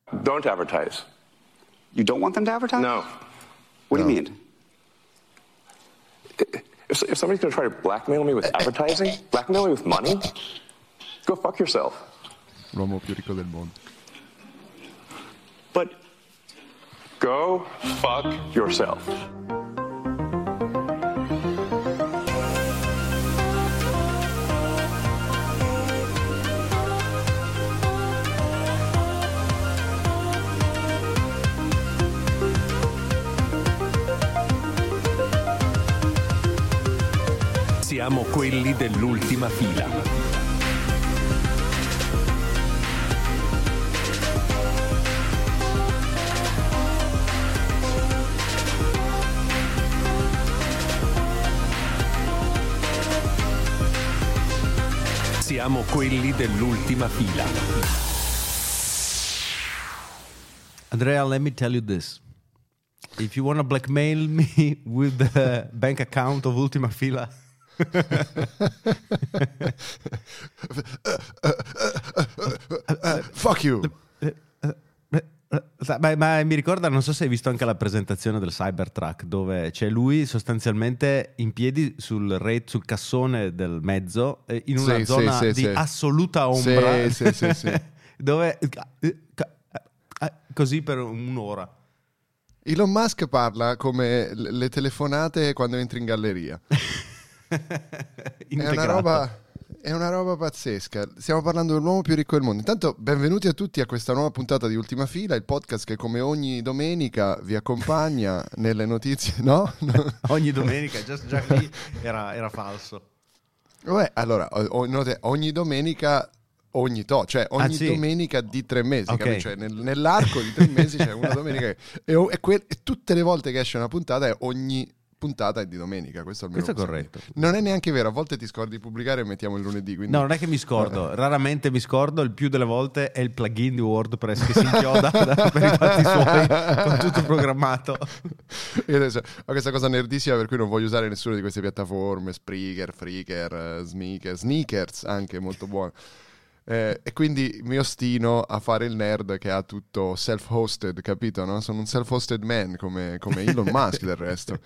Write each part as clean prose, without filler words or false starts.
Don't advertise. You don't want them to advertise? No. What do you mean? If somebody's going to try to blackmail me with advertising, blackmail me with money, go fuck yourself. L'uomo più ricco del mondo. But go fuck yourself. Siamo quelli dell'ultima fila. Siamo quelli dell'ultima fila. Andrea, let me tell you this. If you want to blackmail me with the bank account of Ultima Fila... Fuck you. Ma mi ricorda, non so se hai visto anche la presentazione del Cybertruck, dove c'è lui sostanzialmente in piedi sul cassone del mezzo, in una zona di assoluta ombra, sì. dove così per un'ora. Elon Musk parla come le telefonate quando entri in galleria. È una roba pazzesca. Stiamo parlando dell'uomo più ricco del mondo. Intanto benvenuti a tutti a questa nuova puntata di Ultima Fila, il podcast che come ogni domenica vi accompagna nelle notizie. No? Ogni domenica, già lì era falso. Vabbè, allora ogni domenica ogni domenica di 3 mesi, okay. Cioè nell'arco di 3 mesi c'è una domenica e tutte le volte che esce una puntata ogni puntata è di domenica. Questo è corretto. Non è neanche vero, a volte ti scordi di pubblicare e mettiamo il lunedì, quindi... No, non è che mi scordo, raramente mi scordo, il più delle volte è il plugin di WordPress che si inchioda per i fatti suoi con tutto programmato. Io adesso ho questa cosa nerdissima per cui non voglio usare nessuna di queste piattaforme, Spreaker, Freaker, Sneakers anche molto buono. E quindi mi ostino a fare il nerd che ha tutto self-hosted, capito? No? Sono un self-hosted man come Elon Musk del resto.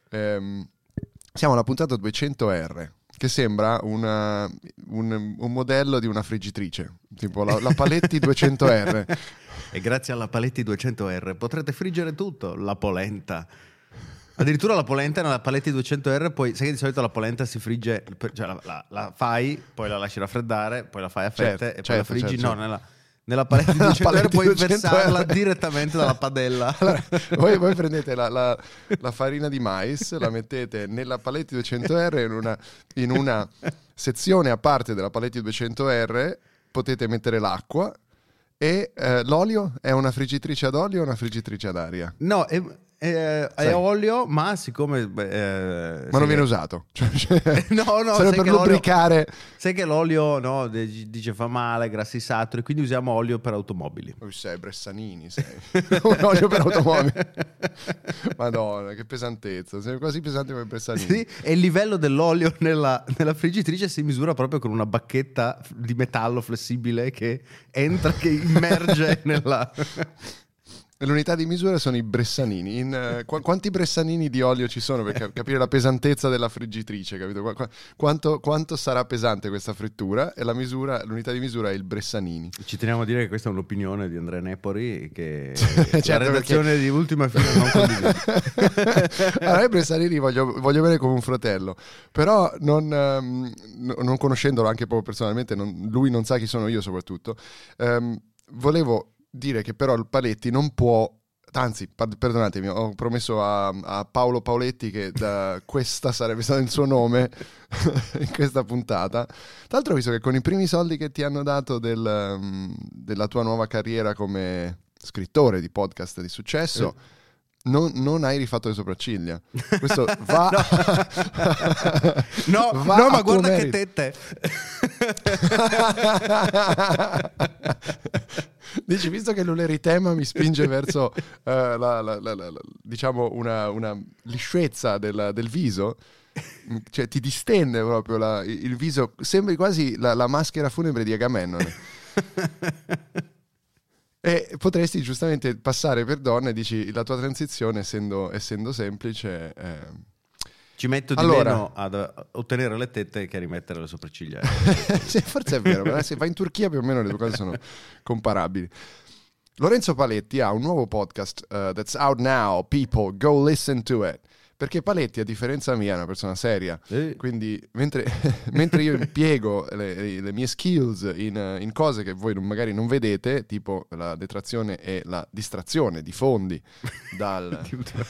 Siamo alla puntata 200R, che sembra un modello di una friggitrice, tipo la Paletti 200R. E grazie alla Paletti 200R potrete friggere tutto, la polenta. Addirittura la polenta nella Paletti 200R, poi sai che di solito la polenta si frigge, cioè la fai, poi la lasci raffreddare, poi la fai a fette e poi la friggi. Certo. No, nella Paletti 200R puoi 200R. versarla direttamente dalla padella. Allora, voi prendete la farina di mais, la mettete nella Paletti 200R in una sezione a parte della Paletti 200R, potete mettere l'acqua e l'olio. È una friggitrice ad olio o una friggitrice ad aria? No, è olio, ma siccome ma non viene usato, no, serve per lubricare. Sai che l'olio dice fa male, grassi saturi, quindi usiamo olio per automobili. Sei Bressanini, sei un olio per automobili. Madonna, che pesantezza, sei quasi pesante come Bressanini. Sì, e il livello dell'olio nella friggitrice si misura proprio con una bacchetta di metallo flessibile che entra, che immerge nella... L'unità di misura sono i Bressanini. Quanti Bressanini di olio ci sono per capire la pesantezza della friggitrice, capito? Quanto sarà pesante questa frittura? E l'unità di misura è il Bressanini. Ci teniamo a dire che questa è un'opinione di Andrea Nepori che certo, la redazione di Ultima Fila non condivide. Allora, i Bressanini voglio bene come un fratello, però non conoscendolo anche proprio personalmente, lui non sa chi sono io soprattutto, volevo dire che però il Paletti non può, anzi perdonatemi, ho promesso a Paolo Paoletti che questa sarebbe stato il suo nome in questa puntata. Tra l'altro ho visto che con i primi soldi che ti hanno dato della tua nuova carriera come scrittore di podcast di successo non hai rifatto le sopracciglia. Questo va no, ma guarda che tette. Dici, visto che l'uleritema mi spinge verso diciamo una lisciezza del viso, cioè ti distende proprio il viso, sembri quasi la maschera funebre di Agamennone. E potresti giustamente passare per donna e dici la tua transizione essendo semplice. Ci metto di meno ad ottenere le tette che a rimettere le sopracciglia. Sì, forse è vero, però se vai in Turchia più o meno le due cose sono comparabili. Lorenzo Paletti ha un nuovo podcast that's out now, people, go listen to it. Perché Paletti, a differenza mia, è una persona seria, quindi mentre io impiego le mie skills in cose che voi magari non vedete, tipo la detrazione e la distrazione di fondi dal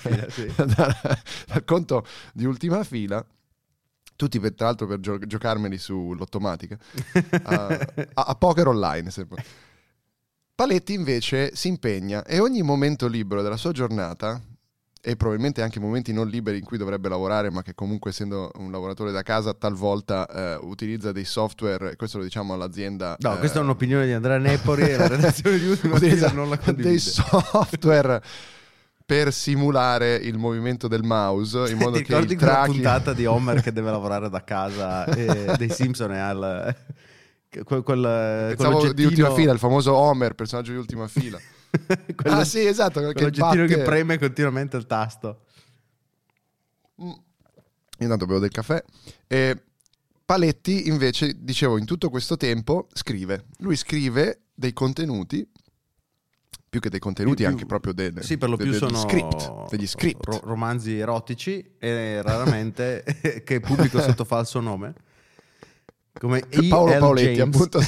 conto di ultima fila, tutti tra l'altro per giocarmeli sull'automatica, a poker online. Paletti invece si impegna e ogni momento libero della sua giornata, e probabilmente anche momenti non liberi in cui dovrebbe lavorare, ma che comunque essendo un lavoratore da casa talvolta utilizza dei software, questo lo diciamo all'azienda. No, questa è un'opinione di Andrea Nepori e la redazione di Ultima Fila non la condivide. Dei software per simulare il movimento del mouse in modo Ti che il ricordi quella puntata di Homer che deve lavorare da casa e dei Simpson e al pensavo di Ultima Fila, il famoso Homer, personaggio di Ultima Fila. Sì, esatto, quell'oggettino che preme continuamente il tasto. Io intanto bevo del caffè. E Paletti invece, dicevo, in tutto questo tempo scrive. Lui scrive dei contenuti, più che dei contenuti, anche proprio sì, per lo più sono degli script, romanzi erotici e raramente che pubblico sotto falso nome. Come Paolo Paoletti, James. appunto.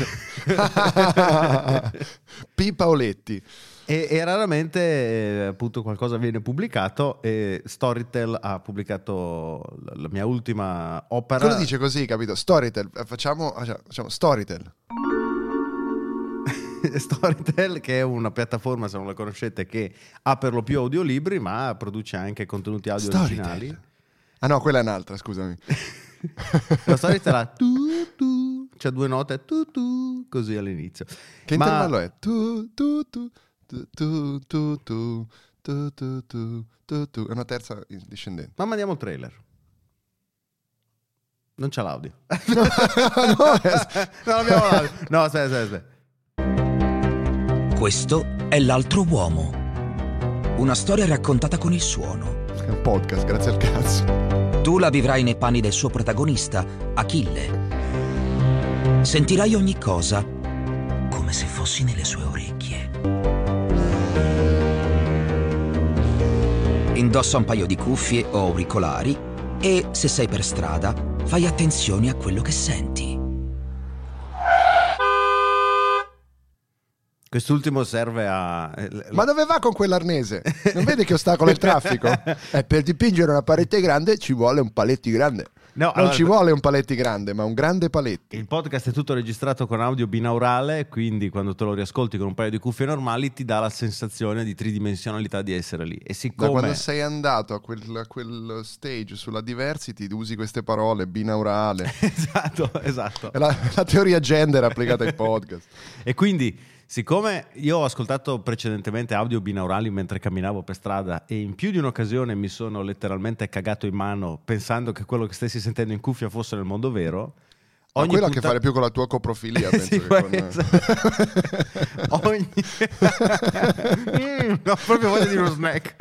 P. Paoletti. E raramente appunto qualcosa viene pubblicato, e Storytel ha pubblicato la mia ultima opera. Cosa dice così, capito? Storytel, facciamo Storytel. Storytel, che è una piattaforma, se non la conoscete, che ha per lo più audiolibri ma produce anche contenuti audio originali. Ah no, quella è un'altra, scusami. La Storytel ha c'è due note così all'inizio. Che intervallo è? È una terza discendente. Ma mandiamo il trailer. Non c'è l'audio. No, non abbiamo l'audio. No, aspetta. Questo è L'altro uomo. Una storia raccontata con il suono. È un podcast, grazie al cazzo. Tu la vivrai nei panni del suo protagonista, Achille. Sentirai ogni cosa come se fossi nelle sue orecchie. Indossa un paio di cuffie o auricolari e, se sei per strada, fai attenzione a quello che senti. Quest'ultimo serve a... Ma dove va con quell'arnese? Non vede che ostacola il traffico? Per dipingere una parete grande ci vuole un Paletti grande. No, non allora, ci vuole un Paletti grande, ma un grande Paletti. Il podcast è tutto registrato con audio binaurale, quindi quando te lo riascolti con un paio di cuffie normali ti dà la sensazione di tridimensionalità di essere lì. E siccome... Da quando sei andato a quel stage sulla Diversity usi queste parole, binaurale. Esatto. È la teoria gender applicata ai podcast. E quindi, siccome io ho ascoltato precedentemente audio binaurali mentre camminavo per strada e in più di un'occasione mi sono letteralmente cagato in mano pensando che quello che stessi sentendo in cuffia fosse nel mondo vero. Ma quello ha a che fare più con la tua coprofilia, penso. Sì, che no, proprio voglio dire uno snack.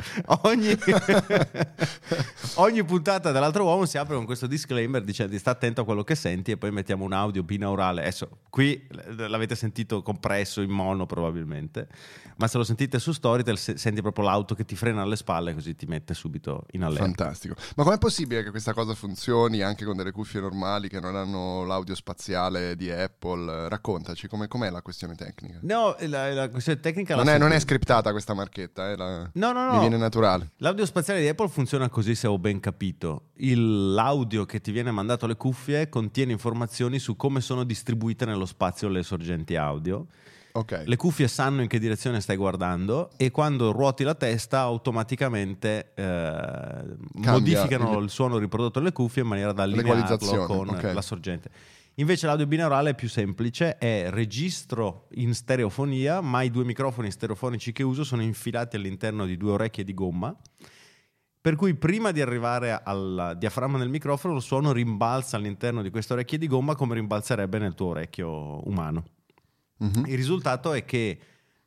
Ogni puntata dell'altro uomo si apre con questo disclaimer dicendo sta attento a quello che senti, e poi mettiamo un audio binaurale. Adesso qui l'avete sentito compresso in mono probabilmente, ma se lo sentite su Storytel senti proprio l'auto che ti frena alle spalle, così ti mette subito in allerta. Fantastico. Ma com'è possibile che questa cosa funzioni anche con delle cuffie normali che non hanno l'audio spaziale di Apple? Raccontaci com'è la questione tecnica. No, la questione tecnica non è scriptata questa marchetta, no. Mi viene naturale. L'audio spaziale di Apple funziona così, se ho ben capito. L'audio che ti viene mandato alle cuffie contiene informazioni su come sono distribuite nello spazio le sorgenti audio. Okay. Le cuffie sanno in che direzione stai guardando e quando ruoti la testa automaticamente modificano il suono riprodotto dalle cuffie in maniera da allinearlo con la sorgente. Invece l'audio binaurale è più semplice, è registro in stereofonia, ma i due microfoni stereofonici che uso sono infilati all'interno di due orecchie di gomma, per cui prima di arrivare al diaframma del microfono il suono rimbalza all'interno di queste orecchie di gomma come rimbalzerebbe nel tuo orecchio umano. Mm-hmm. Il risultato è che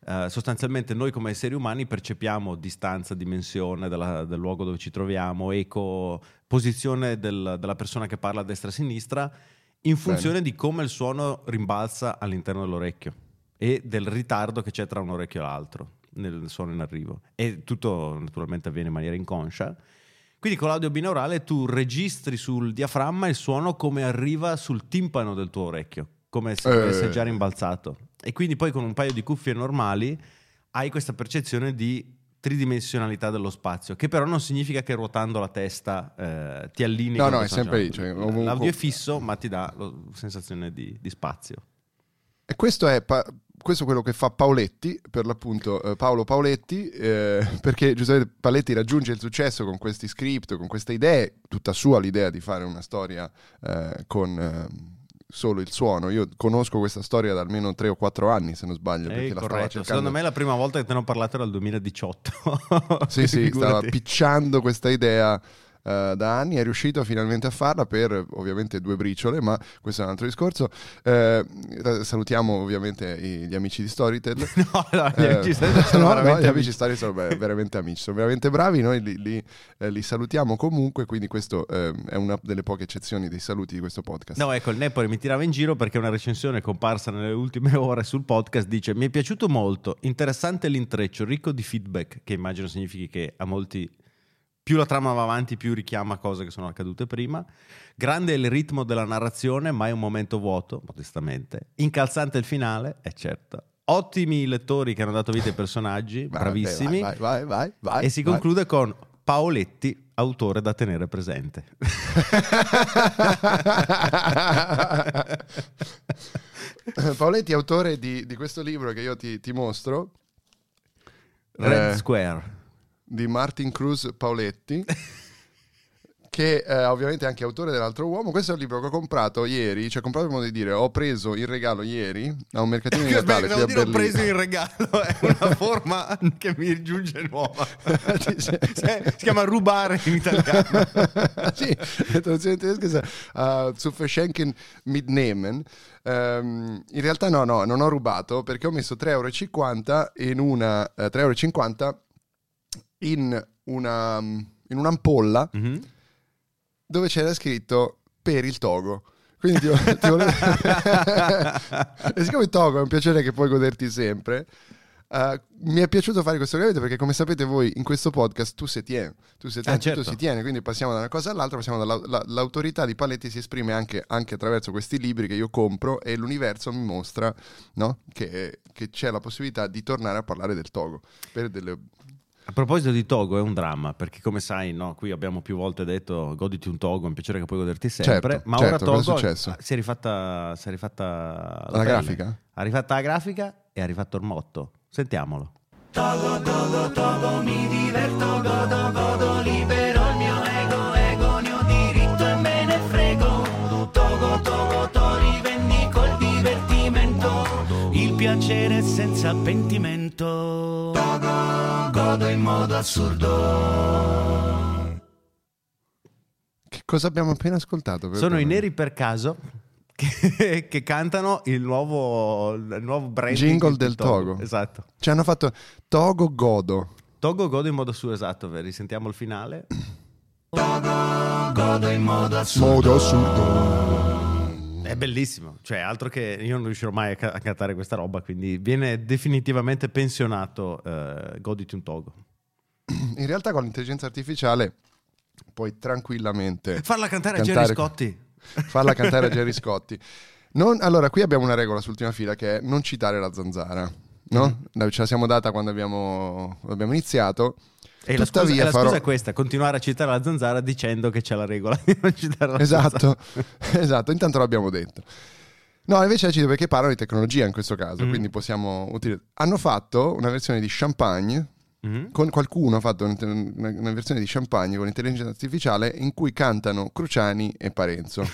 sostanzialmente noi come esseri umani percepiamo distanza, dimensione del luogo dove ci troviamo, eco, posizione della persona che parla a destra e a sinistra in funzione di come il suono rimbalza all'interno dell'orecchio e del ritardo che c'è tra un orecchio e l'altro nel suono in arrivo, e tutto naturalmente avviene in maniera inconscia. Quindi con l'audio binaurale tu registri sul diaframma il suono come arriva sul timpano del tuo orecchio, come se fosse già rimbalzato, e quindi poi con un paio di cuffie normali hai questa percezione di tridimensionalità dello spazio, che però non significa che ruotando la testa ti allinei. No, è sempre lì. Cioè, l'audio è fisso, ma ti dà la sensazione di spazio. E questo è quello che fa Paoletti, per l'appunto Paolo Paoletti, perché giustamente Paoletti raggiunge il successo con questi script, con queste idee, tutta sua l'idea di fare una storia con solo il suono. Io conosco questa storia da almeno 3 o 4 anni, se non sbaglio, perché la stava cercando. Secondo me la prima volta che te ne ho parlato era il 2018. Sì, stava picciando questa idea da anni, è riuscito finalmente a farla per ovviamente 2 briciole, ma questo è un altro discorso. Salutiamo ovviamente gli amici di Storytel. Gli amici sono veramente gli amici Storytel sono veramente amici, sono veramente bravi, noi li salutiamo comunque, quindi questo è una delle poche eccezioni dei saluti di questo podcast. No, ecco, il Nepori mi tirava in giro perché una recensione comparsa nelle ultime ore sul podcast dice: mi è piaciuto molto, interessante l'intreccio, ricco di feedback, che immagino significhi che a molti più la trama va avanti, più richiama cose che sono accadute prima. Grande è il ritmo della narrazione, mai un momento vuoto, modestamente. Incalzante il finale, certo. Ottimi i lettori che hanno dato vita ai personaggi, bravissimi. Vai, e si conclude con Paoletti, autore da tenere presente. Paoletti, autore di questo libro che io ti mostro. Red Square. Di Martin Cruz Paoletti, che ovviamente è anche autore dell'altro uomo. Questo è un libro che ho comprato ieri, cioè comprato per modo di dire, ho preso in regalo ieri a un mercatino di Natale qui a Berlino. Ho preso in regalo, è una forma che mi giunge nuova. Si chiama rubare in italiano. Sì, la traduzione tedesca è zu verschenken mitnehmen. In realtà no, non ho rubato, perché ho messo 3,50 € in una 3,50 € in un'ampolla dove c'era scritto per il Togo. Quindi ti volevo... E siccome il Togo è un piacere che puoi goderti sempre, mi è piaciuto fare questo evento, perché come sapete voi in questo podcast tu si tiene, certo. tu si tiene, quindi passiamo da una cosa all'altra, l'autorità di Paoletti si esprime anche attraverso questi libri che io compro, e l'universo mi mostra, no, che c'è la possibilità di tornare a parlare del Togo per delle... A proposito di Togo, è un dramma, perché come sai, no, qui abbiamo più volte detto goditi un Togo, è un piacere che puoi goderti sempre, certo, ma ora Togo si è rifatta la grafica? Ha rifatta la grafica e ha rifatto il motto. Sentiamolo. Togo, Togo, Togo, mi diverto, godo, libero il mio ego, ne ho diritto e me ne frego. Togo, Togo, rivendico il divertimento, il piacere senza pentimento. Togo, godo in modo assurdo. Che cosa abbiamo appena ascoltato? Sono i Neri per caso che cantano il nuovo branding jingle del Togo. Esatto. Ci hanno fatto Togo godo in modo assurdo, esatto. Risentiamo il finale. Togo godo in modo assurdo. È bellissimo, cioè altro che io non riuscirò mai a cantare questa roba, quindi viene definitivamente pensionato. Goditi un Togo. In realtà con l'intelligenza artificiale puoi tranquillamente farla cantare a Gerry Scotti. Farla cantare a Gerry Scotti. Allora, qui abbiamo una regola sull'ultima fila, che è non citare la zanzara, no? Ce la siamo data quando abbiamo iniziato. E la scusa è questa: continuare a citare la zanzara dicendo che c'è la regola di non citare la zanzara. Esatto, intanto l'abbiamo detto. No, invece la cito perché parlano di tecnologia in questo caso, quindi possiamo utilizzare. Hanno fatto una versione di Champagne. Con qualcuno ha fatto una versione di Champagne con intelligenza artificiale in cui cantano Cruciani e Parenzo.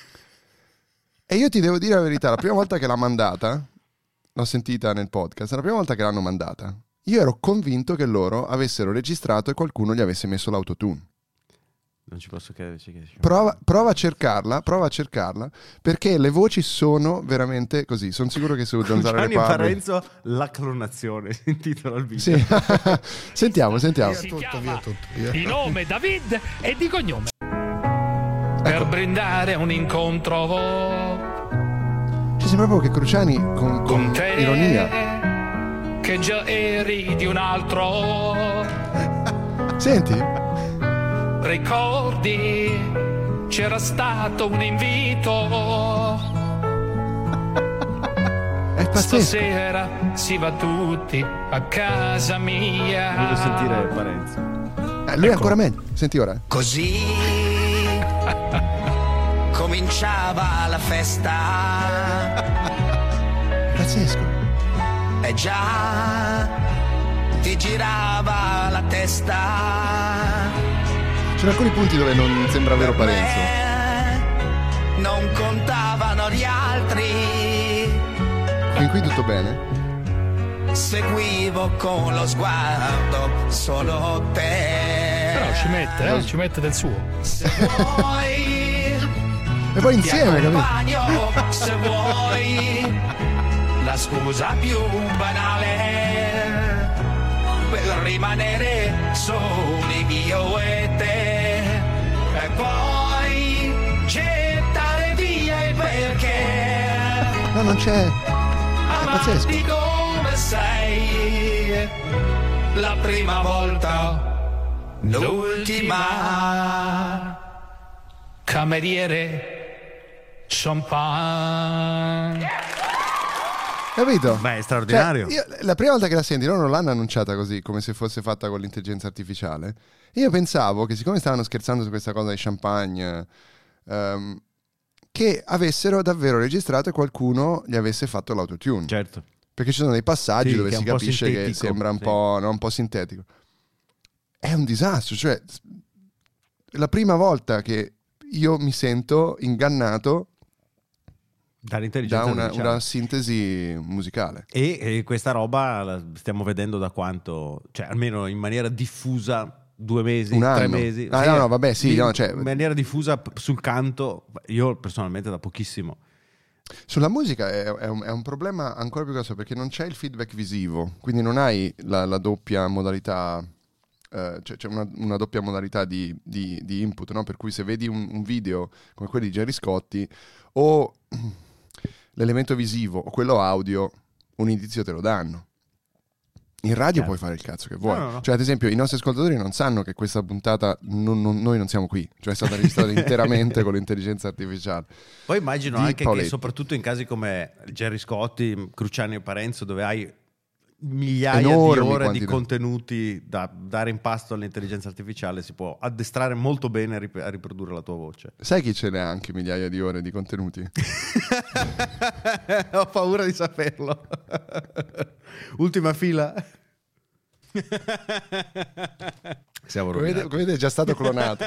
E io ti devo dire la verità, la prima volta che l'ha mandata, l'ho sentita nel podcast, la prima volta che l'hanno mandata, io ero convinto che loro avessero registrato e qualcuno gli avesse messo l'autotune. Non ci posso credere. Prova a cercarla, perché le voci sono veramente così. Sono sicuro che se Zanzara le Gianni parli... Parenzo, la clonazione, si intitola il video. Sì. sentiamo. Via. Di nome David e di cognome. Per brindare un incontro Ci sembra proprio che Cruciani con te, ironia. che già eri di un altro. Senti? Ricordi, c'era stato un invito. È pazzesco. Stasera si va tutti a casa mia. Voglio sentire Parenzo. Lui è ancora meglio. Senti ora. Così cominciava la festa. Pazzesco. E già ti girava la testa. Ci sono alcuni punti dove non sembra vero Parenzo. Non contavano gli altri. Fin qui tutto bene? Seguivo con lo sguardo solo te. Però ci mette del suo. Se vuoi E poi ti insieme, capito? accompagno, se vuoi la scusa più banale per rimanere soli io e te. E poi gettare via il perché. No, non c'è. È pazzesco. Amanti come sei, la prima volta, l'ultima. Cameriere, champagne. Capito? Beh, è straordinario. Cioè, la prima volta che la senti, loro non l'hanno annunciata così, come se fosse fatta con l'intelligenza artificiale. Io pensavo che, siccome stavano scherzando su questa cosa di champagne, che avessero davvero registrato e qualcuno gli avesse fatto l'autotune. Certo. Perché ci sono dei passaggi Sì, dove che è si un po' capisce che sintetico, sembra un sì. po', no, un po' sintetico. È un disastro, cioè la prima volta che io mi sento ingannato da Dall'intelligenza artificiale. una sintesi musicale. E questa roba la stiamo vedendo da quanto, cioè almeno in maniera diffusa, 2 mesi, Un 3 anno. mesi. Ah, no, vabbè, sì, no, cioè- in maniera diffusa sul canto, io personalmente da pochissimo. Sulla musica è un problema ancora più grosso perché non c'è il feedback visivo, quindi non hai la doppia modalità, c'è una doppia modalità di input, no? Per cui se vedi un video come quelli di Gerry Scotti, o l'elemento visivo o quello audio, un indizio te lo danno. In radio Chiaro. puoi fare il cazzo che vuoi. No. Cioè, ad esempio, i nostri ascoltatori non sanno che questa puntata noi non siamo qui, cioè è stata registrata interamente con l'intelligenza artificiale. Poi immagino Di anche Paoletti. che soprattutto in casi come Gerry Scotti, Cruciani e Parenzo, dove hai migliaia Enormi di ore di quantità. contenuti da dare in pasto all'intelligenza artificiale, si può addestrare molto bene a riprodurre la tua voce. Sai chi ce n'è anche migliaia di ore di contenuti? Ho paura di saperlo. Ultima fila. Siamo Come rovinati. vedete è già stato clonato.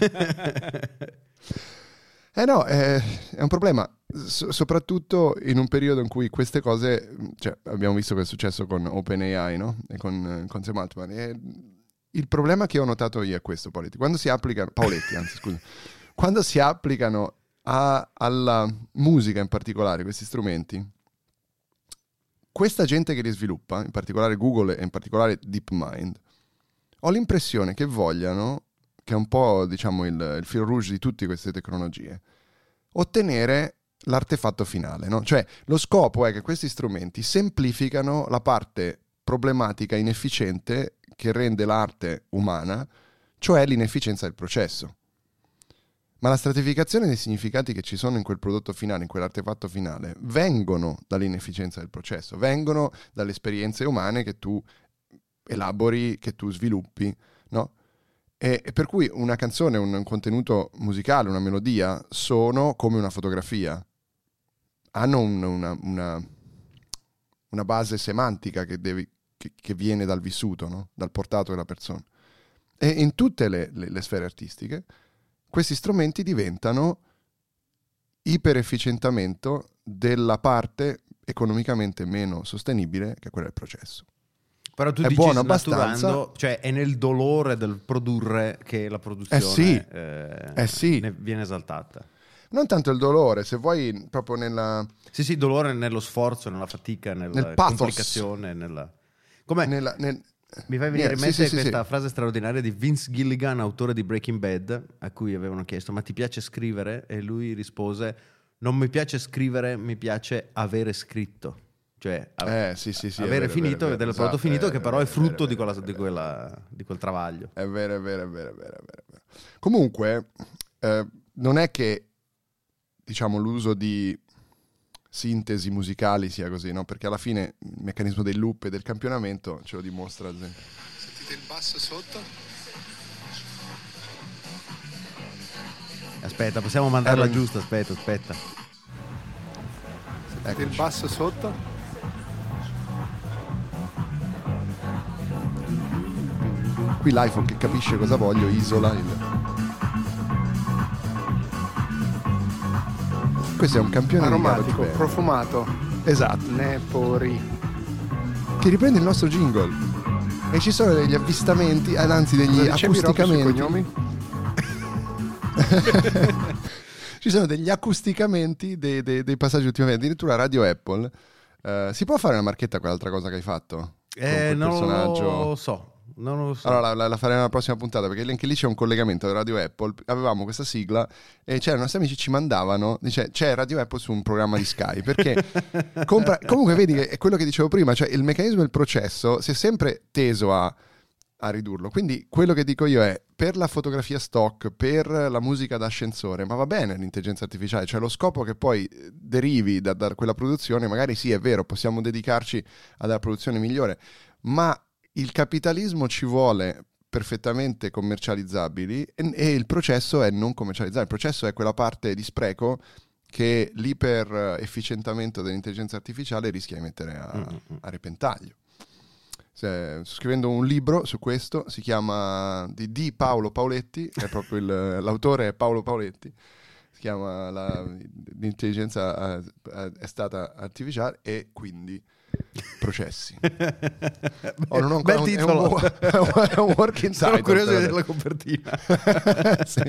No, è un problema, soprattutto in un periodo in cui queste cose, cioè abbiamo visto che è successo con OpenAI, no? E con Sam Altman. E il problema che ho notato io è questo, Paoletti, quando si applicano, quando si applicano alla musica in particolare questi strumenti, questa gente che li sviluppa, in particolare Google e in particolare DeepMind, ho l'impressione che vogliano, che è un po', diciamo, il fil rouge di tutte queste tecnologie, ottenere l'artefatto finale, no? Cioè, lo scopo è che questi strumenti semplificano la parte problematica, inefficiente, che rende l'arte umana, cioè l'inefficienza del processo. Ma la stratificazione dei significati che ci sono in quel prodotto finale, in quell'artefatto finale, vengono dall'inefficienza del processo, vengono dalle esperienze umane che tu elabori, che tu sviluppi, no? E per cui una canzone, un contenuto musicale, una melodia sono come una fotografia. Hanno una base semantica che viene dal vissuto, no? Dal portato della persona. E in tutte le sfere artistiche questi strumenti diventano iperefficientamento della parte economicamente meno sostenibile, che è quella del processo. Però tu è dici buono snaturando, abbastanza, cioè è nel dolore del produrre che la produzione sì. ne viene esaltata. non tanto il dolore, se vuoi proprio nella... Sì, dolore nello sforzo, nella fatica, nella Nel pathos. complicazione, come mi fai venire in mente sì, questa frase straordinaria di Vince Gilligan, autore di Breaking Bad, a cui avevano chiesto: ma ti piace scrivere? E lui rispose: non mi piace scrivere, mi piace avere scritto. Cioè avere finito, vedere il prodotto finito, che però è frutto di quel travaglio. È vero. Comunque non è che, diciamo, l'uso di sintesi musicali sia così, no? Perché alla fine il meccanismo dei loop e del campionamento ce lo dimostra. Sentite il basso sotto? Aspetta, possiamo mandarla giusta, aspetta. Sentite il basso sotto? Qui l'iPhone, che capisce cosa voglio, isola il... Questo è un campione aromatico, di profumato. Esatto. Nepori. Che riprende il nostro jingle. E ci sono degli avvistamenti, anzi degli acusticamenti. Ci sono degli acusticamenti dei passaggi ultimamente. Addirittura Radio Apple. Si può fare una marchetta a quell'altra cosa che hai fatto? Non personaggio? lo so. Allora la faremo nella prossima puntata, perché anche lì c'è un collegamento a Radio Apple. Avevamo questa sigla e c'erano i nostri amici, ci mandavano, dice c'è Radio Apple su un programma di Sky, perché comunque vedi che è quello che dicevo prima, cioè il meccanismo del processo si è sempre teso a ridurlo. Quindi quello che dico io è: per la fotografia stock, per la musica da ascensore, ma va bene l'intelligenza artificiale, cioè lo scopo che poi derivi da quella produzione, magari sì, è vero, possiamo dedicarci alla produzione migliore, ma il capitalismo ci vuole perfettamente commercializzabili e il processo è non commercializzabile. Il processo è quella parte di spreco che l'iper efficientamento dell'intelligenza artificiale rischia di mettere a repentaglio. Sto scrivendo un libro su questo, si chiama di Paolo Paoletti, è proprio l'autore è Paolo Paoletti, si chiama l'intelligenza è stata artificiale e quindi processi. Non ho ancora, bel titolo. È un work in Sono curioso di vedere la copertina. Sì.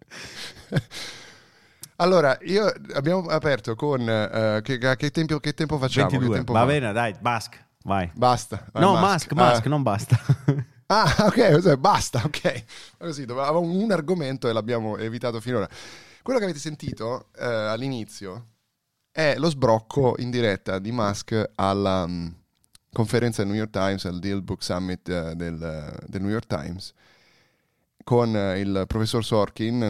Allora, abbiamo aperto con che tempo facciamo? 22. Che tempo Va bene, dai, Musk, vai. Basta. No, Musk, non basta. Ok, basta, ok. Così, avevamo un argomento e l'abbiamo evitato finora. Quello che avete sentito all'inizio è lo sbrocco in diretta di Musk alla conferenza del New York Times, al Deal Book Summit del New York Times, con il professor Sorkin,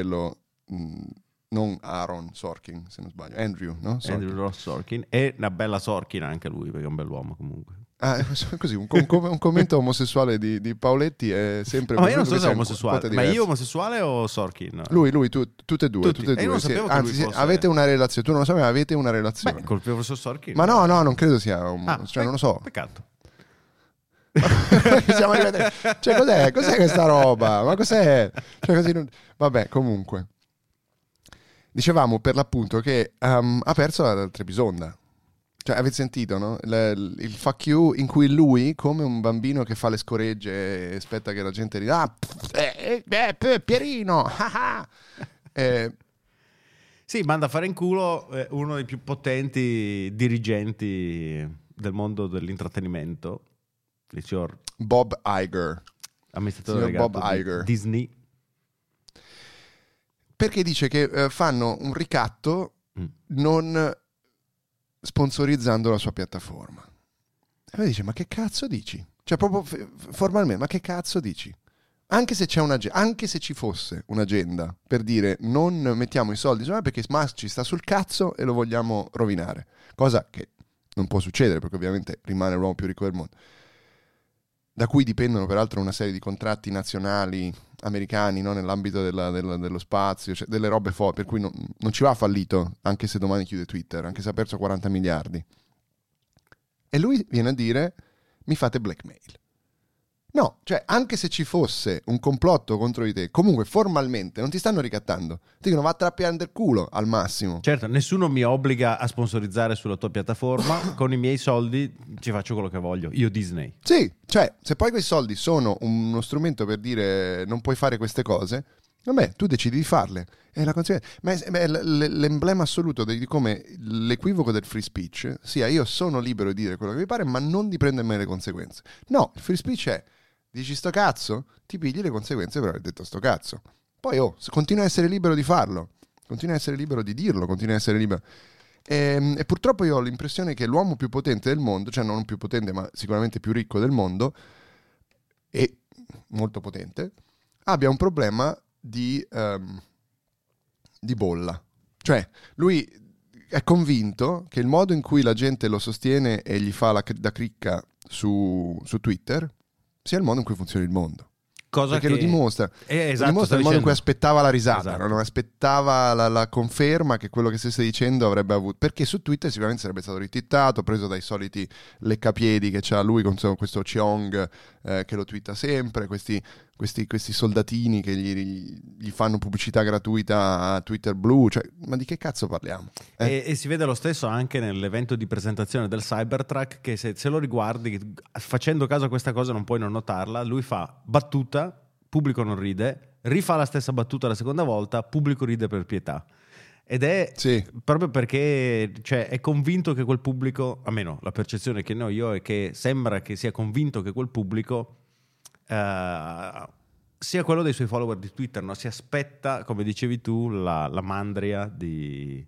non Aaron Sorkin, se non sbaglio, Andrew, no? Sorkin. Andrew Ross Sorkin, e una bella Sorkin anche lui, perché è un bell'uomo comunque. Così, un commento omosessuale di Paoletti è sempre... Ma io non so se è omosessuale, ma io omosessuale o Sorkin? Lui, tutte e due. Tutte e due. Io non sapevo che lui fosse... avete una relazione, tu non lo sapevi, avete una relazione. Beh, col professor Sorkin? Ma no, non credo sia cioè non lo so. Peccato. Siamo arrivati... Cioè, cos'è questa roba? Ma cos'è? Cioè, così non... Vabbè, comunque. Dicevamo per l'appunto che ha perso la Trebisonda. Cioè, avete sentito, no? Il fuck you in cui lui, come un bambino che fa le scoregge e aspetta che la gente rida, Pierino, Sì, manda a fare in culo uno dei più potenti dirigenti del mondo dell'intrattenimento, il signor Bob Iger, amministratore delegato di Disney. Perché dice che fanno un ricatto non sponsorizzando la sua piattaforma. E lui dice: ma che cazzo dici? Cioè, proprio formalmente, ma che cazzo dici? Anche se c'è anche se ci fosse un'agenda per dire non mettiamo i soldi perché Musk ci sta sul cazzo e lo vogliamo rovinare, cosa che non può succedere perché ovviamente rimane l'uomo più ricco del mondo, da cui dipendono peraltro una serie di contratti nazionali americani, no? Nell'ambito dello spazio, cioè delle robe per cui non ci va fallito, anche se domani chiude Twitter, anche se ha perso 40 miliardi. E lui viene a dire: mi fate blackmail. No, cioè anche se ci fosse un complotto contro di te, comunque formalmente non ti stanno ricattando. Ti dicono vattene a piangere culo al massimo. Certo, nessuno mi obbliga a sponsorizzare sulla tua piattaforma, con i miei soldi ci faccio quello che voglio, io Disney. Sì, cioè se poi quei soldi sono uno strumento per dire non puoi fare queste cose, vabbè, tu decidi di farle. È la conseguenza. Ma è l'emblema assoluto di come l'equivoco del free speech sia io sono libero di dire quello che mi pare, ma non di prendermi le conseguenze. No, il free speech è dici sto cazzo, ti pigli le conseguenze per aver detto sto cazzo. Poi continua a essere libero di farlo, continua a essere libero di dirlo, continua a essere libero. E purtroppo io ho l'impressione che l'uomo più potente del mondo, cioè non più potente ma sicuramente più ricco del mondo, e molto potente, abbia un problema di bolla. Cioè lui è convinto che il modo in cui la gente lo sostiene e gli fa da cricca su Twitter sia il modo in cui funziona il mondo. Cosa perché che lo dimostra, esatto, lo dimostra il modo in cui aspettava la risata, esatto. Non aspettava la conferma che quello che stesse dicendo avrebbe avuto, perché su Twitter sicuramente sarebbe stato ritittato, preso dai soliti leccapiedi che c'ha lui con questo Cheong che lo twitta sempre, questi soldatini che gli fanno pubblicità gratuita a Twitter Blue, cioè, ma di che cazzo parliamo? E si vede lo stesso anche nell'evento di presentazione del Cybertruck, che se lo riguardi facendo caso a questa cosa non puoi non notarla. Lui fa battuta, pubblico non ride, rifà la stessa battuta la seconda volta, pubblico ride per pietà. Ed è proprio perché è convinto che quel pubblico, almeno la percezione che ne ho io è che sembra che sia convinto che quel pubblico sia quello dei suoi follower di Twitter, no? Si aspetta, come dicevi tu, la mandria di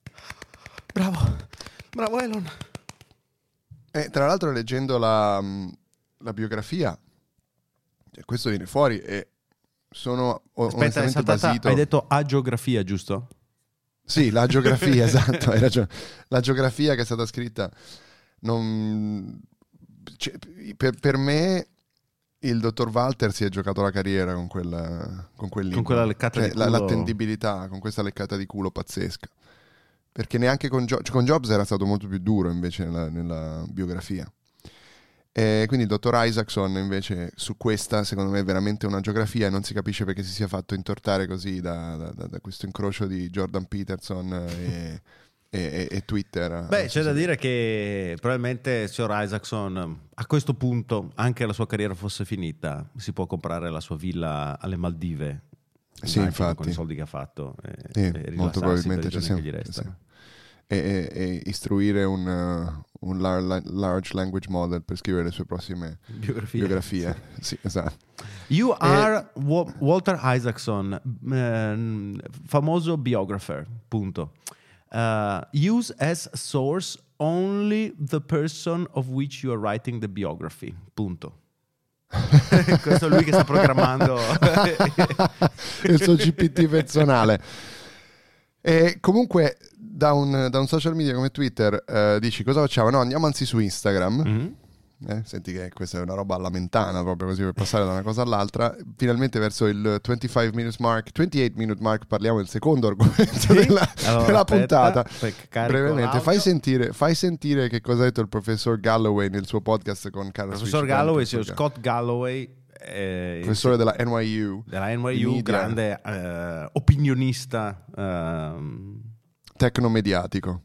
bravo Elon. Tra l'altro leggendo la biografia, questo viene fuori e sono onestamente basito. Hai detto agiografia, giusto? Sì, la geografia, esatto, hai ragione. La geografia che è stata scritta per me il dottor Walter si è giocato la carriera con quel libro. Con quella leccata di culo. L'attendibilità, con questa leccata di culo pazzesca. Perché neanche con Jobs era stato molto più duro invece nella biografia. E quindi il dottor Isaacson invece su questa secondo me è veramente una geografia e non si capisce perché si sia fatto intortare così da questo incrocio di Jordan Peterson e Twitter. Beh, c'è da dire che probabilmente il signor Isaacson a questo punto, anche la sua carriera fosse finita, si può comprare la sua villa alle Maldive. Sì, infatti, con i soldi che ha fatto e molto probabilmente c'è sempre. E istruire un large language model per scrivere le sue prossime biografie. Sì, esatto. You are Walter Isaacson, famoso biographer, punto. Use as source only the person of which you are writing the biography, punto. Questo è lui che sta programmando il suo GPT personale. E comunque da un social media come Twitter dici cosa facciamo? No, andiamo anzi su Instagram. Mm-hmm. Senti che questa è una roba alla mentana proprio così per passare da una cosa all'altra. Finalmente verso il 28 minute mark parliamo del secondo argomento della puntata. Brevemente fai sentire che cosa ha detto il professor Galloway nel suo podcast con Carlo. Professor Galloway, Scott Galloway, professore della NYU, grande opinionista tecnomediatico.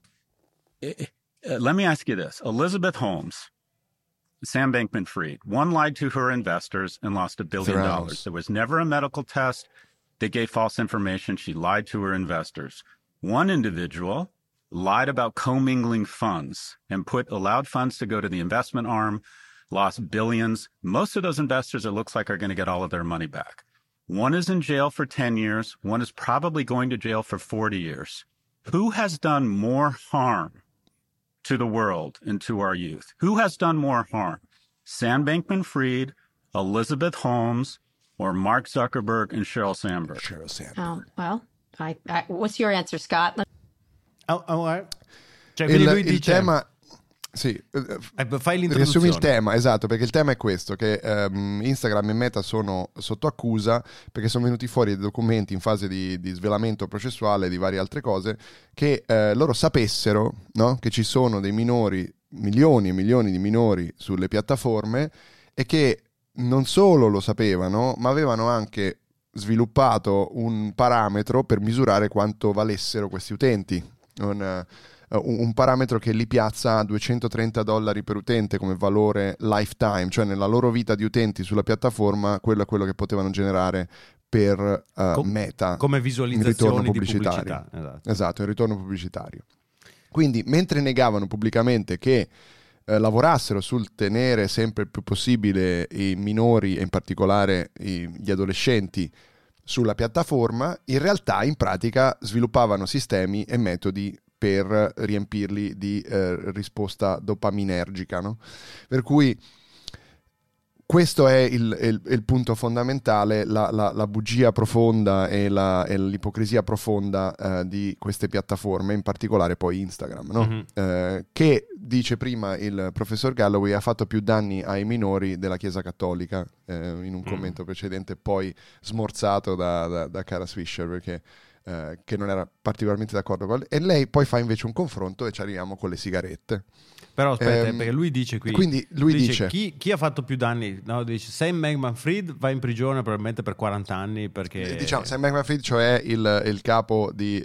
Let me ask you this. Elizabeth Holmes, Sam Bankman-Fried, one lied to her investors and lost $1 billion. There was never a medical test. They gave false information. She lied to her investors. One individual lied about commingling funds and allowed funds to go to the investment arm, lost billions. Most of those investors, it looks like, are going to get all of their money back. One is in jail for 10 years. One is probably going to jail for 40 years. Who has done more harm to the world and to our youth? Who has done more harm? Sam Bankman-Fried, Elizabeth Holmes, or Mark Zuckerberg and Sheryl Sandberg? Well, what's your answer, Scott? Il tema... Sì, fai l'introduzione. Riassumi il tema, esatto, perché il tema è questo, che Instagram e Meta sono sotto accusa perché sono venuti fuori dei documenti in fase di svelamento processuale di varie altre cose che loro sapessero, no? Che ci sono dei minori, milioni e milioni di minori sulle piattaforme e che non solo lo sapevano, ma avevano anche sviluppato un parametro per misurare quanto valessero questi utenti. Un parametro che li piazza a $230 per utente come valore lifetime, cioè nella loro vita di utenti sulla piattaforma, quello è quello che potevano generare per Meta come visualizzazioni di pubblicità. Esatto, il ritorno pubblicitario. Quindi mentre negavano pubblicamente che lavorassero sul tenere sempre il più possibile i minori e in particolare gli adolescenti sulla piattaforma, in realtà in pratica sviluppavano sistemi e metodi per riempirli di risposta dopaminergica, no? Per cui questo è il punto fondamentale, la bugia profonda e l'ipocrisia profonda di queste piattaforme, in particolare poi Instagram, no? Che, dice prima il professor Galloway, ha fatto più danni ai minori della Chiesa Cattolica, in un commento precedente, poi smorzato da Kara Swisher, perché che non era particolarmente d'accordo con lei. E lei poi fa invece un confronto e ci arriviamo con le sigarette. Però aspetta, perché lui dice qui, quindi lui dice chi ha fatto più danni, no? Dice Sam Bankman-Fried va in prigione probabilmente per 40 anni perché diciamo Sam Bankman-Fried, cioè il capo di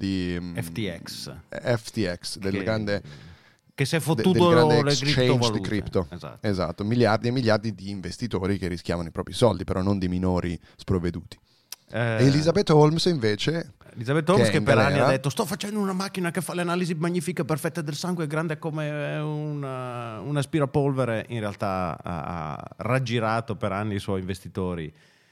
FTX del grande, che si è fottuto del grande le exchange di cripto. Esatto, miliardi e miliardi di investitori che rischiavano i propri soldi, però non di minori sprovveduti. Elizabeth Holmes invece, che per anni ha detto sto facendo una macchina che fa le analisi magnifiche perfette del sangue, grande come un aspirapolvere, in realtà ha raggirato per anni i suoi investitori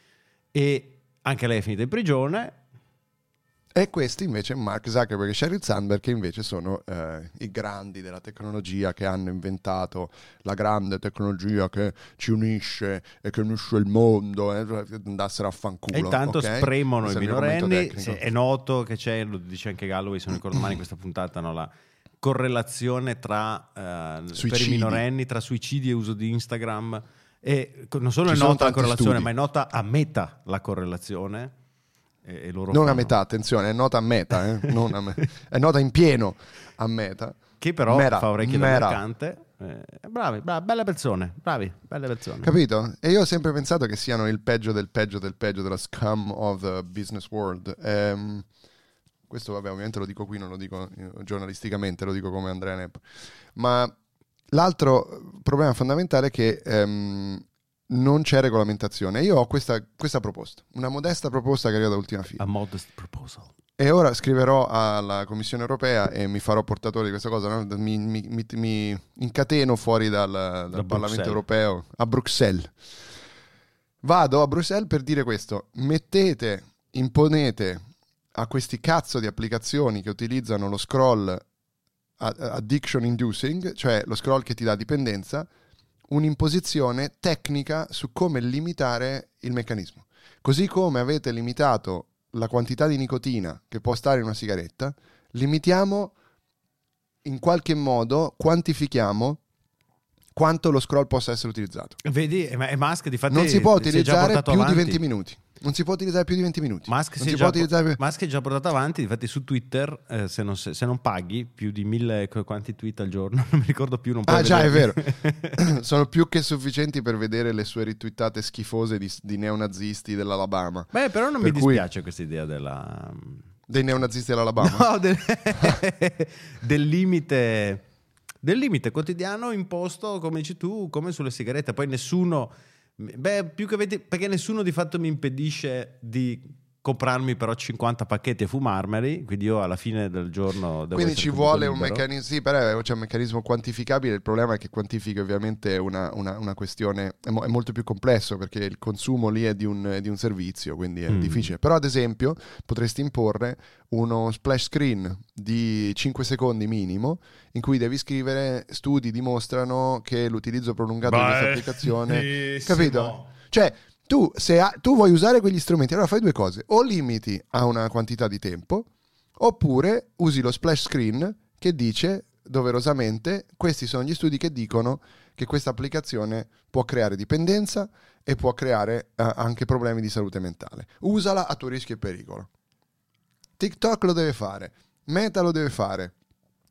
e anche lei è finita in prigione. E questi invece Mark Zuckerberg e Sheryl Sandberg, che invece sono i grandi della tecnologia, che hanno inventato la grande tecnologia che ci unisce e che unisce il mondo, andassero a fanculo. E intanto okay? Spremono i minorenni. È noto che c'è, lo dice anche Galloway, se non ricordo male in questa puntata, no, la correlazione tra per i minorenni tra suicidi e uso di Instagram. E non solo è nota la correlazione, studi, ma è nota a Meta la correlazione. E loro non a metà, attenzione, è nota a Meta, non a è nota in pieno a Meta, che però fa orecchie da mercante. Bravi, belle persone, belle persone. Capito? E io ho sempre pensato che siano il peggio del peggio del peggio della scum of the business world. Questo vabbè, ovviamente lo dico qui, non lo dico giornalisticamente, lo dico come Andrea Nepp. Ma l'altro problema fondamentale è che non c'è regolamentazione. Io ho questa proposta, una modesta proposta che arriva da Ultima Fila. A modest proposal. E ora scriverò alla Commissione Europea e mi farò portatore di questa cosa, no? mi incateno fuori dal Parlamento Europeo a Bruxelles. Vado a Bruxelles per dire questo: imponete a questi cazzo di applicazioni che utilizzano lo scroll addiction inducing, cioè lo scroll che ti dà dipendenza, un'imposizione tecnica su come limitare il meccanismo. Così come avete limitato la quantità di nicotina che può stare in una sigaretta, limitiamo in qualche modo, quantifichiamo quanto lo scroll possa essere utilizzato. Vedi, Musk di fatto non si può utilizzare più di 20 minuti. Non si può utilizzare più di 20 minuti. Musk è già portato avanti. Infatti su Twitter se non paghi più di 1000 quanti tweet al giorno, non mi ricordo più, non puoi già, è vero. Sono più che sufficienti per vedere le sue ritweetate schifose di neonazisti dell'Alabama. Beh, però non mi dispiace questa idea dei neonazisti dell'Alabama. No, del limite quotidiano imposto, come dici tu, come sulle sigarette. Poi nessuno, perché nessuno di fatto mi impedisce di comprarmi però 50 pacchetti e fumarmeli, quindi io alla fine del giorno devo. Quindi ci vuole un meccanismo, sì, però c'è un meccanismo quantificabile. Il problema è che quantifichi ovviamente una questione, è molto più complesso, perché il consumo lì è di un servizio, quindi è difficile. Però ad esempio potresti imporre uno splash screen di 5 secondi minimo in cui devi scrivere: studi dimostrano che l'utilizzo prolungato di questa applicazione, capito? Cioè tu vuoi usare quegli strumenti, allora fai due cose: o limiti a una quantità di tempo, oppure usi lo splash screen che dice doverosamente: questi sono gli studi che dicono che questa applicazione può creare dipendenza e può creare anche problemi di salute mentale. Usala a tuo rischio e pericolo. TikTok lo deve fare, Meta lo deve fare,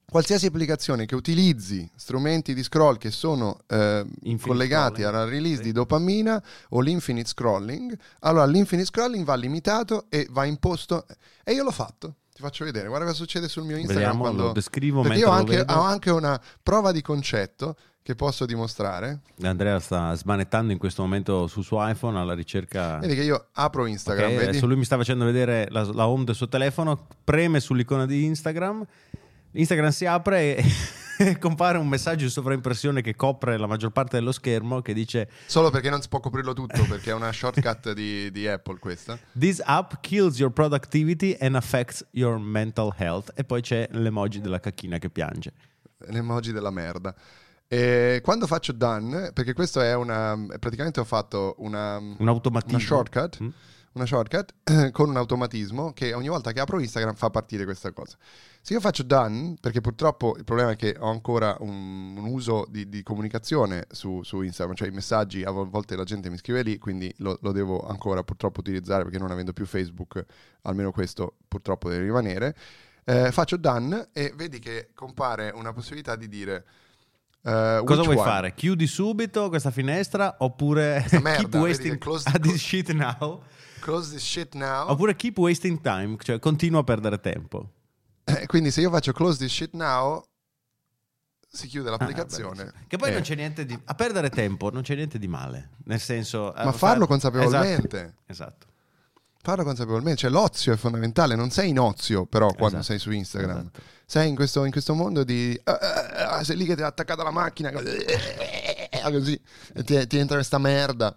qualsiasi applicazione che utilizzi strumenti di scroll che sono collegati alla release di dopamina o l'infinite scrolling, allora l'infinite scrolling va limitato e va imposto, e io l'ho fatto. Ti faccio vedere, guarda cosa succede sul mio Instagram. Vediamo, lo descrivo perché mentre io ho anche una prova di concetto che posso dimostrare. Andrea sta smanettando in questo momento sul suo iPhone alla ricerca. Vedi che io apro Instagram, okay, vedi? Adesso lui mi sta facendo vedere la home del suo telefono, preme sull'icona di Instagram si apre e compare un messaggio in sovraimpressione che copre la maggior parte dello schermo, che dice: solo perché non si può coprirlo tutto, perché è una shortcut di Apple questa. This app kills your productivity and affects your mental health. E poi c'è l'emoji della cacchina che piange, l'emoji della merda. E quando faccio done, perché questo è praticamente ho fatto un automatismo, una shortcut con un automatismo che ogni volta che apro Instagram fa partire questa cosa. Se io faccio done, perché purtroppo il problema è che ho ancora un uso di comunicazione su Instagram, cioè i messaggi, a volte la gente mi scrive lì, quindi lo devo ancora purtroppo utilizzare, perché non avendo più Facebook, almeno questo purtroppo deve rimanere. Faccio done e vedi che compare una possibilità di dire cosa vuoi fare? Chiudi subito questa finestra, oppure keep wasting this shit now? Close this shit now. Oppure keep wasting time, cioè continua a perdere tempo. Quindi se io faccio close this shit now, si chiude l'applicazione. Che poi non c'è niente di... A perdere tempo non c'è niente di male, nel senso... Ma farlo consapevolmente. Esatto. Farlo consapevolmente, cioè l'ozio è fondamentale, non sei in ozio però quando sei su Instagram. Esatto. Sei in questo mondo di... sei lì che ti è attaccata la macchina, così, e ti entra questa merda.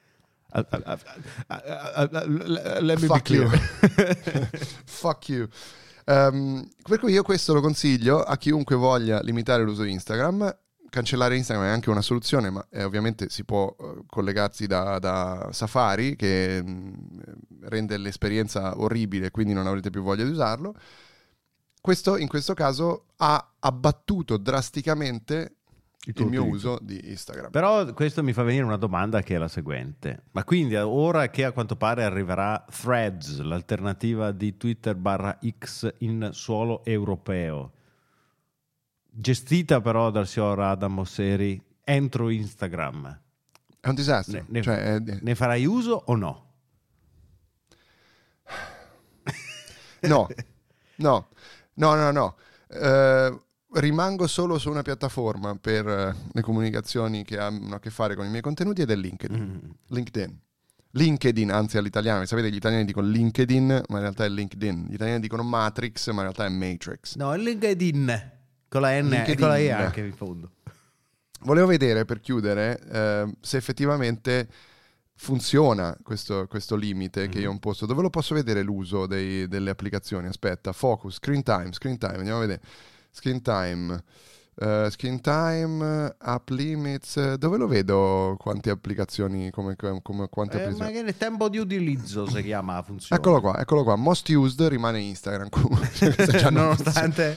Let me be clear. Fuck you. Per cui io questo lo consiglio a chiunque voglia limitare l'uso di Instagram. Cancellare Instagram è anche una soluzione, ma ovviamente si può collegarsi da Safari, che rende l'esperienza orribile, quindi non avrete più voglia di usarlo. Questo in questo caso ha abbattuto drasticamente il mio uso di Instagram. Però questo mi fa venire una domanda, che è la seguente: ma quindi ora che a quanto pare arriverà Threads, l'alternativa di Twitter /X in suolo europeo, gestita però dal signor Adam Mosseri entro Instagram, è un disastro. Ne farai uso o no? No. Rimango solo su una piattaforma per le comunicazioni che hanno a che fare con i miei contenuti, ed è LinkedIn, anzi all'italiano. Sapete, gli italiani dicono LinkedIn, ma in realtà è LinkedIn. Gli italiani dicono Matrix, ma in realtà è Matrix. No, è LinkedIn con la N e con la E anche in fondo. Volevo vedere, per chiudere, se effettivamente funziona questo limite che io ho imposto. Dove lo posso vedere l'uso delle applicazioni? Aspetta, focus, screen time, andiamo a vedere. Screen time, app limits, dove lo vedo? Quante applicazioni, quante applicazioni? Magari il tempo di utilizzo si chiama funzione. Eccolo qua, most used rimane Instagram. Nonostante...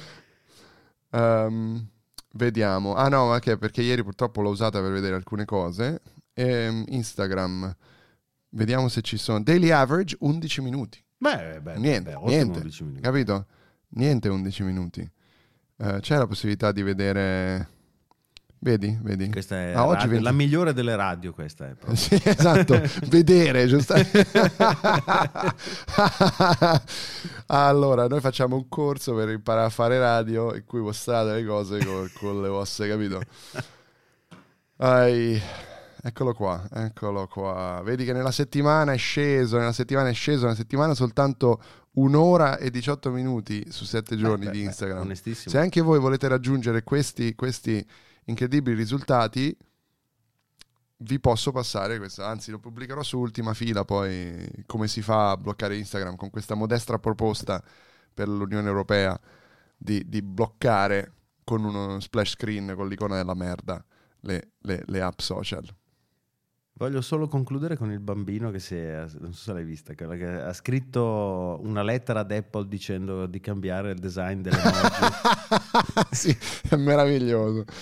vediamo. No, perché ieri purtroppo l'ho usata per vedere alcune cose. Instagram, vediamo se ci sono. Daily average 11 minuti. Niente, 11 minuti. Capito? Niente 11 minuti. C'è la possibilità di vedere. Vedi? Questa è oggi la migliore delle radio, questa è proprio. Sì, esatto, vedere, giusto? Allora, noi facciamo un corso per imparare a fare radio, in cui mostrate le cose con le vostre, capito? Eccolo qua. Vedi che nella settimana è sceso, una settimana soltanto 1 ora e 18 minuti su 7 giorni di Instagram. Onestissimo. Se anche voi volete raggiungere questi incredibili risultati, vi posso passare questo, anzi lo pubblicherò su Ultima Fila poi, come si fa a bloccare Instagram, con questa modesta proposta per l'Unione Europea di bloccare con uno splash screen con l'icona della merda le app social. Voglio solo concludere con il bambino non so se l'hai vista, che ha scritto una lettera ad Apple dicendo di cambiare il design delle emoji. Sì, è meraviglioso.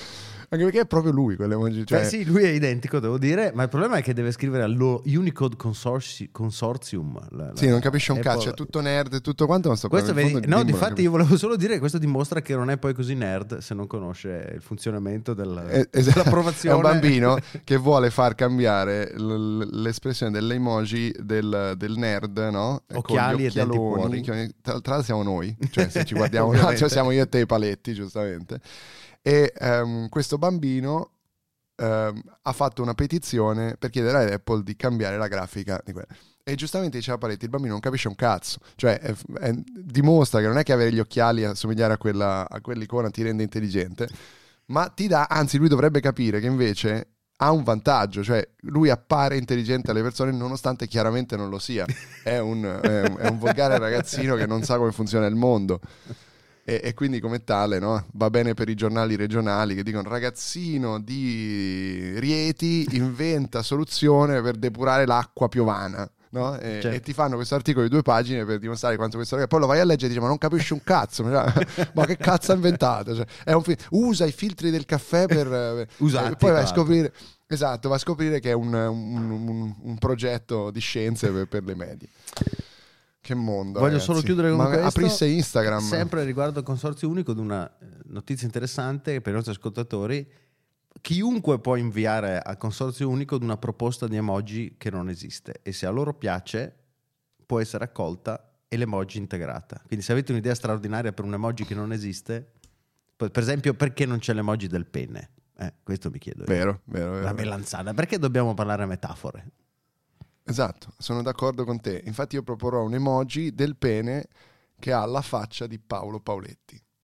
Anche perché è proprio lui quell'emoji. Cioè... Beh, sì, lui è identico, devo dire, ma il problema è che deve scrivere allo Unicode Consortium. Sì, non capisce un Apple. cazzo, è tutto nerd e tutto quanto, ma sto Questo in fondo vedi, il no, bimbo non difatti io volevo solo dire che questo dimostra che non è poi così nerd se non conosce il funzionamento dell'approvazione. È un bambino che vuole far cambiare l'espressione dell'emoji del nerd, no? Occhiali e denti fuori. Tra l'altro siamo noi, cioè se ci guardiamo un attimo siamo io e te i paletti, giustamente. E questo bambino ha fatto una petizione per chiedere ad Apple di cambiare la grafica di quella. E giustamente diceva Paletti, il bambino non capisce un cazzo, cioè dimostra che non è che avere gli occhiali e assomigliare a quell'icona ti rende intelligente, ma ti dà, anzi lui dovrebbe capire che invece ha un vantaggio, cioè lui appare intelligente alle persone nonostante chiaramente non lo sia, è un volgare ragazzino che non sa come funziona il mondo. E quindi come tale, no? Va bene per i giornali regionali che dicono ragazzino di Rieti inventa soluzione per depurare l'acqua piovana, no? E ti fanno questo articolo di 2 pagine per dimostrare quanto questo ragazzo, poi lo vai a leggere e dici ma non capisci un cazzo, ma che cazzo ha inventato? Cioè, usa i filtri del caffè per usati, poi vai a scoprire, esatto, va a scoprire che è un progetto di scienze per le medie. Che mondo. Voglio ragazzi. solo chiudere con questo. Aprisse Instagram. Sempre riguardo al Consorzio Unico, di una notizia interessante per i nostri ascoltatori. Chiunque può inviare al Consorzio Unico una proposta di emoji che non esiste e se a loro piace può essere accolta e l'emoji integrata. Quindi se avete un'idea straordinaria per un emoji che non esiste, per esempio perché non c'è l'emoji del pene? Questo mi chiedo. Vero. La melanzana. Perché dobbiamo parlare a metafore? Esatto, sono d'accordo con te. Infatti io proporrò un emoji del pene che ha la faccia di Paolo Pauletti.